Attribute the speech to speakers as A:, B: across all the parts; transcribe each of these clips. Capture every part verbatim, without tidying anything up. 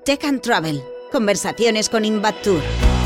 A: Tech and Travel. Conversaciones con Invattur.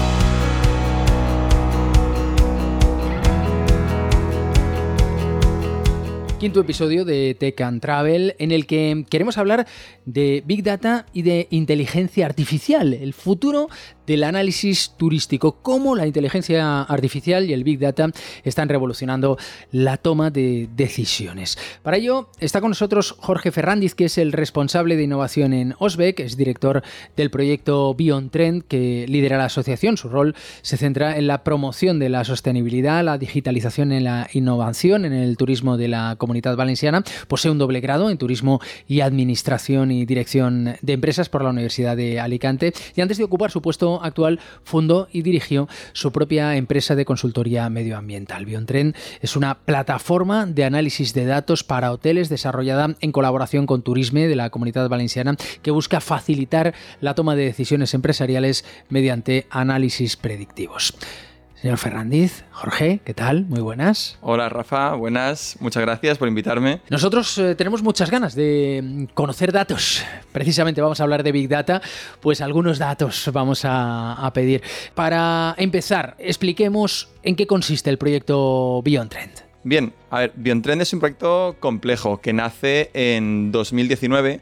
B: Quinto episodio de Tech and Travel, en el que queremos hablar de Big Data y de inteligencia artificial, el futuro del análisis turístico, cómo la inteligencia artificial y el Big Data están revolucionando la toma de decisiones. Para ello está con nosotros Jorge Ferrandiz, que es el responsable de innovación en Osbeck, es director del proyecto Beyond Trend, que lidera la asociación. Su rol se centra en la promoción de la sostenibilidad, la digitalización y la innovación en el turismo de la Comunidad Valenciana. Posee un doble grado en Turismo y Administración y Dirección de Empresas por la Universidad de Alicante, y antes de ocupar su puesto actual fundó y dirigió su propia empresa de consultoría medioambiental. Beyond Trend es una plataforma de análisis de datos para hoteles desarrollada en colaboración con Turisme de la Comunidad Valenciana, que busca facilitar la toma de decisiones empresariales mediante análisis predictivos. Señor Ferrandiz, Jorge, ¿qué tal? Muy buenas.
C: Hola Rafa, buenas, muchas gracias por invitarme.
B: Nosotros eh, tenemos muchas ganas de conocer datos. Precisamente vamos a hablar de Big Data, pues algunos datos vamos a, a pedir. Para empezar, expliquemos en qué consiste el proyecto Beyond Trend.
C: Bien, a ver, Beyond Trend es un proyecto complejo que nace en dos mil diecinueve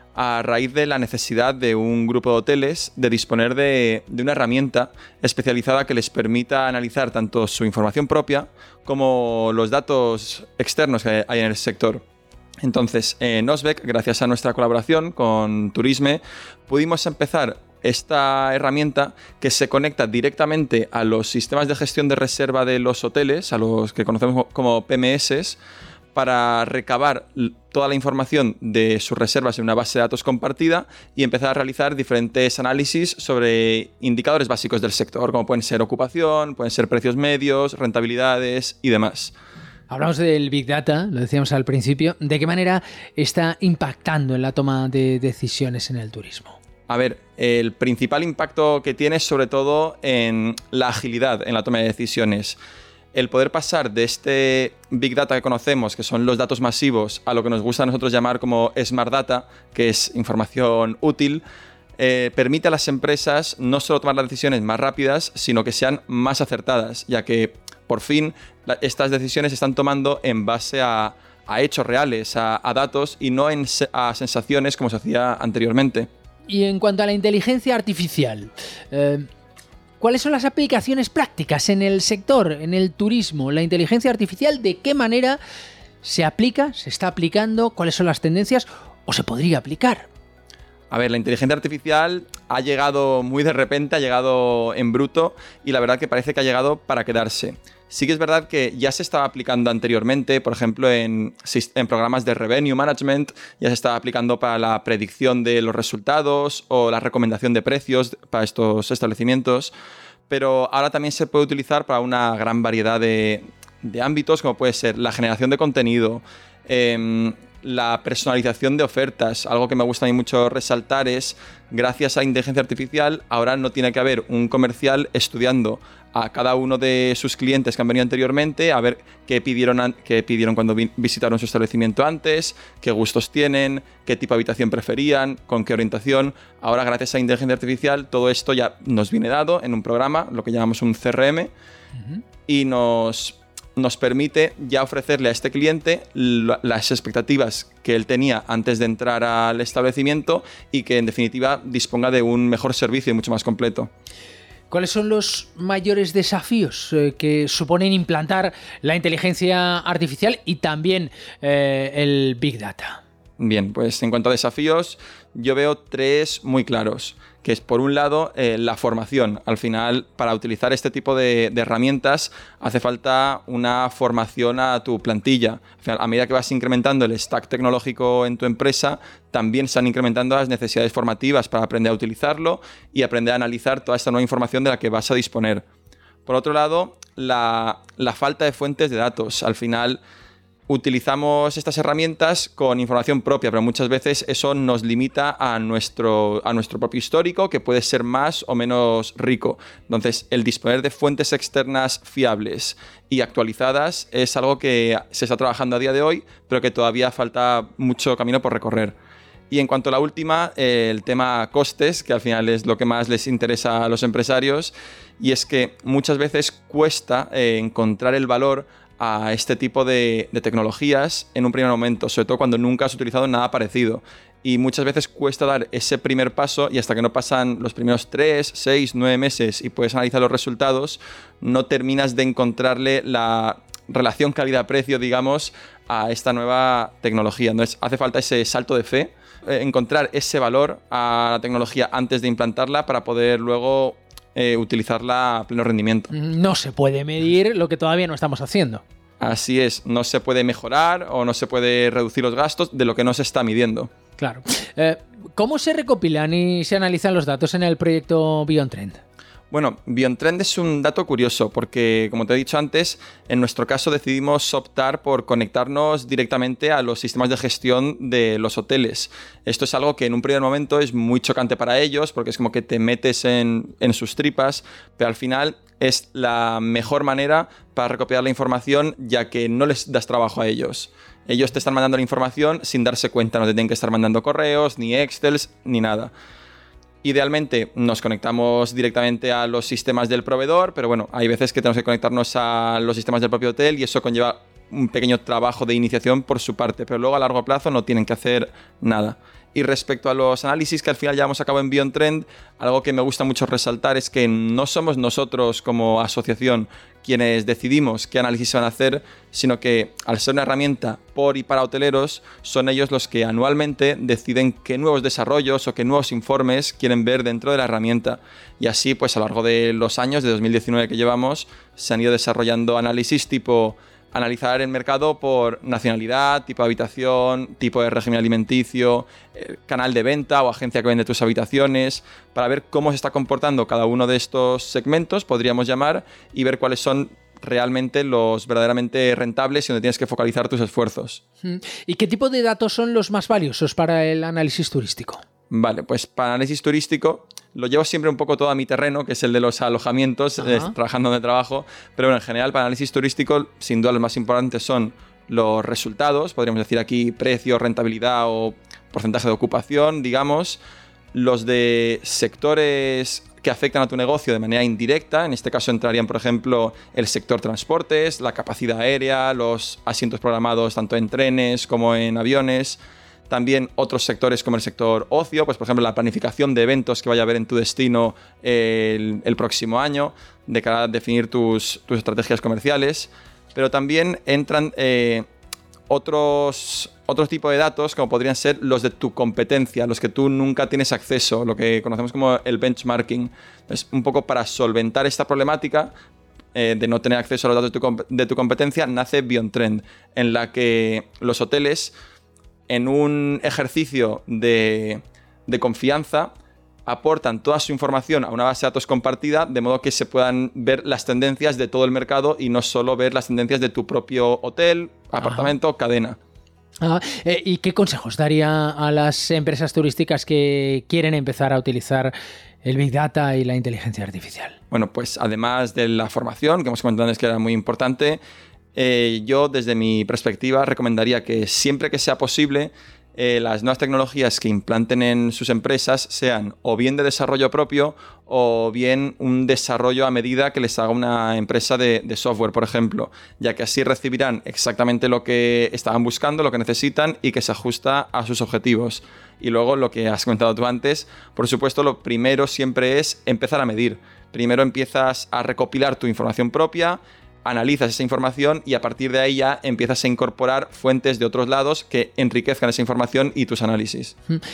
C: a raíz de la necesidad de un grupo de hoteles de disponer de, de una herramienta especializada que les permita analizar tanto su información propia como los datos externos que hay en el sector. Entonces, en Osbeck, gracias a nuestra colaboración con Turisme, pudimos empezar esta herramienta que se conecta directamente a los sistemas de gestión de reserva de los hoteles, a los que conocemos como P M S, para recabar toda la información de sus reservas en una base de datos compartida y empezar a realizar diferentes análisis sobre indicadores básicos del sector, como pueden ser ocupación, pueden ser precios medios, rentabilidades y demás.
B: Hablamos del Big Data, lo decíamos al principio. ¿De qué manera está impactando en la toma de decisiones en el turismo?
C: A ver, el principal impacto que tiene es sobre todo en la agilidad en la toma de decisiones. El poder pasar de este Big Data que conocemos, que son los datos masivos, a lo que nos gusta a nosotros llamar como Smart Data, que es información útil, eh, permite a las empresas no solo tomar las decisiones más rápidas, sino que sean más acertadas, ya que por fin la, estas decisiones se están tomando en base a, a hechos reales, a, a datos y no en, a sensaciones como se hacía anteriormente.
B: Y en cuanto a la inteligencia artificial, eh... ¿cuáles son las aplicaciones prácticas en el sector, en el turismo? La inteligencia artificial, ¿de qué manera se aplica, se está aplicando? ¿Cuáles son las tendencias o se podría aplicar?
C: A ver, la inteligencia artificial ha llegado muy de repente, ha llegado en bruto y la verdad que parece que ha llegado para quedarse. Sí que es verdad que ya se estaba aplicando anteriormente, por ejemplo, en, en programas de revenue management, ya se estaba aplicando para la predicción de los resultados o la recomendación de precios para estos establecimientos, pero ahora también se puede utilizar para una gran variedad de, de ámbitos, como puede ser la generación de contenido, eh, la personalización de ofertas. Algo que me gusta a mí mucho resaltar es, gracias a inteligencia artificial, ahora no tiene que haber un comercial estudiando a cada uno de sus clientes que han venido anteriormente, a ver qué pidieron, qué pidieron cuando vi- visitaron su establecimiento antes, qué gustos tienen, qué tipo de habitación preferían, con qué orientación. Ahora, gracias a inteligencia artificial, todo esto ya nos viene dado en un programa, lo que llamamos un C R M, uh-huh. y nos, nos permite ya ofrecerle a este cliente la, las expectativas que él tenía antes de entrar al establecimiento y que, en definitiva, disponga de un mejor servicio y mucho más completo.
B: ¿Cuáles son los mayores desafíos eh, que suponen implantar la inteligencia artificial y también eh, el Big Data?
C: Bien, pues en cuanto a desafíos, yo veo tres muy claros, que es por un lado eh, la formación. Al final, para utilizar este tipo de, de herramientas hace falta una formación a tu plantilla. Al final, a medida que vas incrementando el stack tecnológico en tu empresa, también están incrementando las necesidades formativas para aprender a utilizarlo y aprender a analizar toda esta nueva información de la que vas a disponer. Por otro lado, la, la falta de fuentes de datos. Al final, utilizamos estas herramientas con información propia, pero muchas veces eso nos limita a nuestro, a nuestro propio histórico, que puede ser más o menos rico. Entonces, el disponer de fuentes externas fiables y actualizadas es algo que se está trabajando a día de hoy, pero que todavía falta mucho camino por recorrer. Y en cuanto a la última, eh, el tema costes, que al final es lo que más les interesa a los empresarios, y es que muchas veces cuesta eh, encontrar el valor a este tipo de, de tecnologías en un primer momento, sobre todo cuando nunca has utilizado nada parecido. Y muchas veces cuesta dar ese primer paso y hasta que no pasan los primeros tres, seis, nueve meses y puedes analizar los resultados, no terminas de encontrarle la relación calidad-precio, digamos, a esta nueva tecnología. Entonces hace falta ese salto de fe, eh, encontrar ese valor a la tecnología antes de implantarla para poder luego eh, utilizarla a pleno rendimiento.
B: No se puede medir lo que todavía no estamos haciendo.
C: Así es, no se puede mejorar o no se puede reducir los gastos de lo que no se está midiendo.
B: Claro. Eh, ¿Cómo se recopilan y se analizan los datos en el proyecto Beyond Trend?
C: Bueno, Beyond Trend es un dato curioso porque, como te he dicho antes, en nuestro caso decidimos optar por conectarnos directamente a los sistemas de gestión de los hoteles. Esto es algo que en un primer momento es muy chocante para ellos porque es como que te metes en, en sus tripas, pero al final es la mejor manera para recopilar la información ya que no les das trabajo a ellos. Ellos te están mandando la información sin darse cuenta, no te tienen que estar mandando correos, ni Excels, ni nada. Idealmente nos conectamos directamente a los sistemas del proveedor, pero bueno, hay veces que tenemos que conectarnos a los sistemas del propio hotel y eso conlleva un pequeño trabajo de iniciación por su parte, pero luego a largo plazo no tienen que hacer nada. Y respecto a los análisis que al final llevamos a cabo en Beyond Trend, algo que me gusta mucho resaltar es que no somos nosotros como asociación quienes decidimos qué análisis se van a hacer, sino que al ser una herramienta por y para hoteleros, son ellos los que anualmente deciden qué nuevos desarrollos o qué nuevos informes quieren ver dentro de la herramienta. Y así, pues a lo largo de los años, de dos mil diecinueve que llevamos, se han ido desarrollando análisis tipo analizar el mercado por nacionalidad, tipo de habitación, tipo de régimen alimenticio, eh, canal de venta o agencia que vende tus habitaciones, para ver cómo se está comportando cada uno de estos segmentos, podríamos llamar, y ver cuáles son realmente los verdaderamente rentables y donde tienes que focalizar tus esfuerzos.
B: ¿Y qué tipo de datos son los más valiosos para el análisis turístico?
C: Vale, pues para análisis turístico lo llevo siempre un poco todo a mi terreno, que es el de los alojamientos, eh, trabajando donde trabajo, pero bueno, en general para análisis turístico sin duda los más importantes son los resultados, podríamos decir aquí precio, rentabilidad o porcentaje de ocupación, digamos, los de sectores que afectan a tu negocio de manera indirecta, en este caso entrarían por ejemplo el sector transportes, la capacidad aérea, los asientos programados tanto en trenes como en aviones. También otros sectores como el sector ocio, pues por ejemplo la planificación de eventos que vaya a haber en tu destino el, el próximo año, de cara a definir tus, tus estrategias comerciales. Pero también entran eh, otros, otros tipos de datos como podrían ser los de tu competencia, los que tú nunca tienes acceso, lo que conocemos como el benchmarking. Entonces, un poco para solventar esta problemática eh, de no tener acceso a los datos de tu, de tu competencia, nace Beyond Trend, en la que los hoteles, en un ejercicio de, de confianza, aportan toda su información a una base de datos compartida, de modo que se puedan ver las tendencias de todo el mercado y no solo ver las tendencias de tu propio hotel, apartamento, Ajá. cadena.
B: Ah, eh, ¿Y qué consejos daría a las empresas turísticas que quieren empezar a utilizar el Big Data y la inteligencia artificial?
C: Bueno, pues además de la formación, que hemos comentado antes que era muy importante, Eh, yo desde mi perspectiva recomendaría que siempre que sea posible eh, las nuevas tecnologías que implanten en sus empresas sean o bien de desarrollo propio o bien un desarrollo a medida que les haga una empresa de, de software, por ejemplo, ya que así recibirán exactamente lo que estaban buscando, lo que necesitan y que se ajusta a sus objetivos. Y luego lo que has comentado tú antes, por supuesto lo primero siempre es empezar a medir. Primero empiezas a recopilar tu información propia, analizas esa información y a partir de ahí ya empiezas a incorporar fuentes de otros lados que enriquezcan esa información y tus análisis.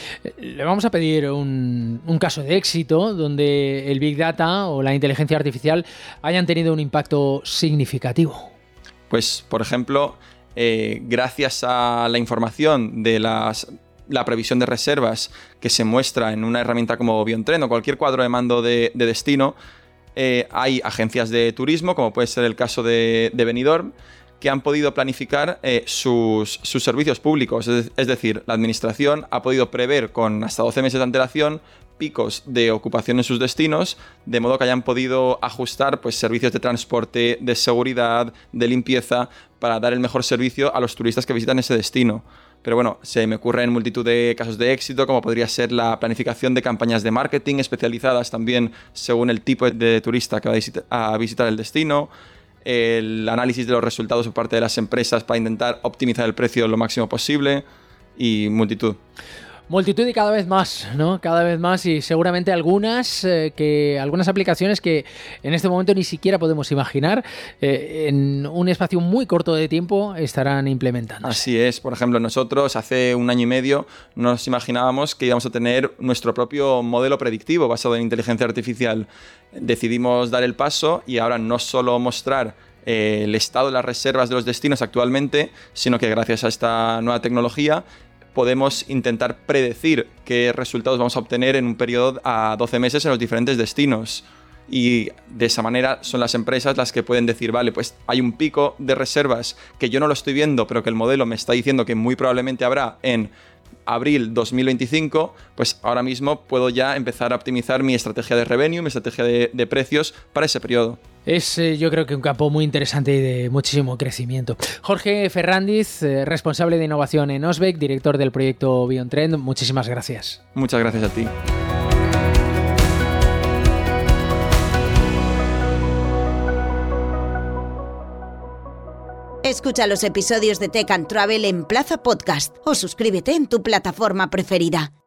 B: Le vamos a pedir un, un caso de éxito donde el Big Data o la inteligencia artificial hayan tenido un impacto significativo.
C: Pues, por ejemplo, eh, gracias a la información de las... la previsión de reservas que se muestra en una herramienta como Beyond Trend o cualquier cuadro de mando de, de destino, Eh, hay agencias de turismo, como puede ser el caso de, de Benidorm, que han podido planificar eh, sus, sus servicios públicos. Es, es decir, la administración ha podido prever con hasta doce meses de antelación picos de ocupación en sus destinos, de modo que hayan podido ajustar pues, servicios de transporte, de seguridad, de limpieza, para dar el mejor servicio a los turistas que visitan ese destino. pero bueno, se me ocurren multitud de casos de éxito, como podría ser la planificación de campañas de marketing especializadas también según el tipo de turista que va a visitar, a visitar el destino, el análisis de los resultados por parte de las empresas para intentar optimizar el precio lo máximo posible y multitud.
B: Multitud y cada vez más, ¿no? Cada vez más y seguramente algunas eh, que algunas aplicaciones que en este momento ni siquiera podemos imaginar eh, en un espacio muy corto de tiempo estarán implementando.
C: Así es. Por ejemplo, nosotros hace un año y medio nos imaginábamos que íbamos a tener nuestro propio modelo predictivo basado en inteligencia artificial. Decidimos dar el paso y ahora no solo mostrar eh, el estado de las reservas de los destinos actualmente, sino que gracias a esta nueva tecnología podemos intentar predecir qué resultados vamos a obtener en un periodo a doce meses en los diferentes destinos. Y de esa manera son las empresas las que pueden decir, vale, pues hay un pico de reservas que yo no lo estoy viendo, pero que el modelo me está diciendo que muy probablemente habrá en abril dos mil veinticinco, pues ahora mismo puedo ya empezar a optimizar mi estrategia de revenue, mi estrategia de, de precios para ese periodo.
B: Es eh, yo creo que un campo muy interesante y de muchísimo crecimiento. Jorge Ferrandiz, eh, responsable de innovación en Osbec, director del proyecto Beyond Trend, muchísimas gracias.
C: Muchas gracias a ti.
A: Escucha los episodios de Tech and Travel en Plaza Podcast o suscríbete en tu plataforma preferida.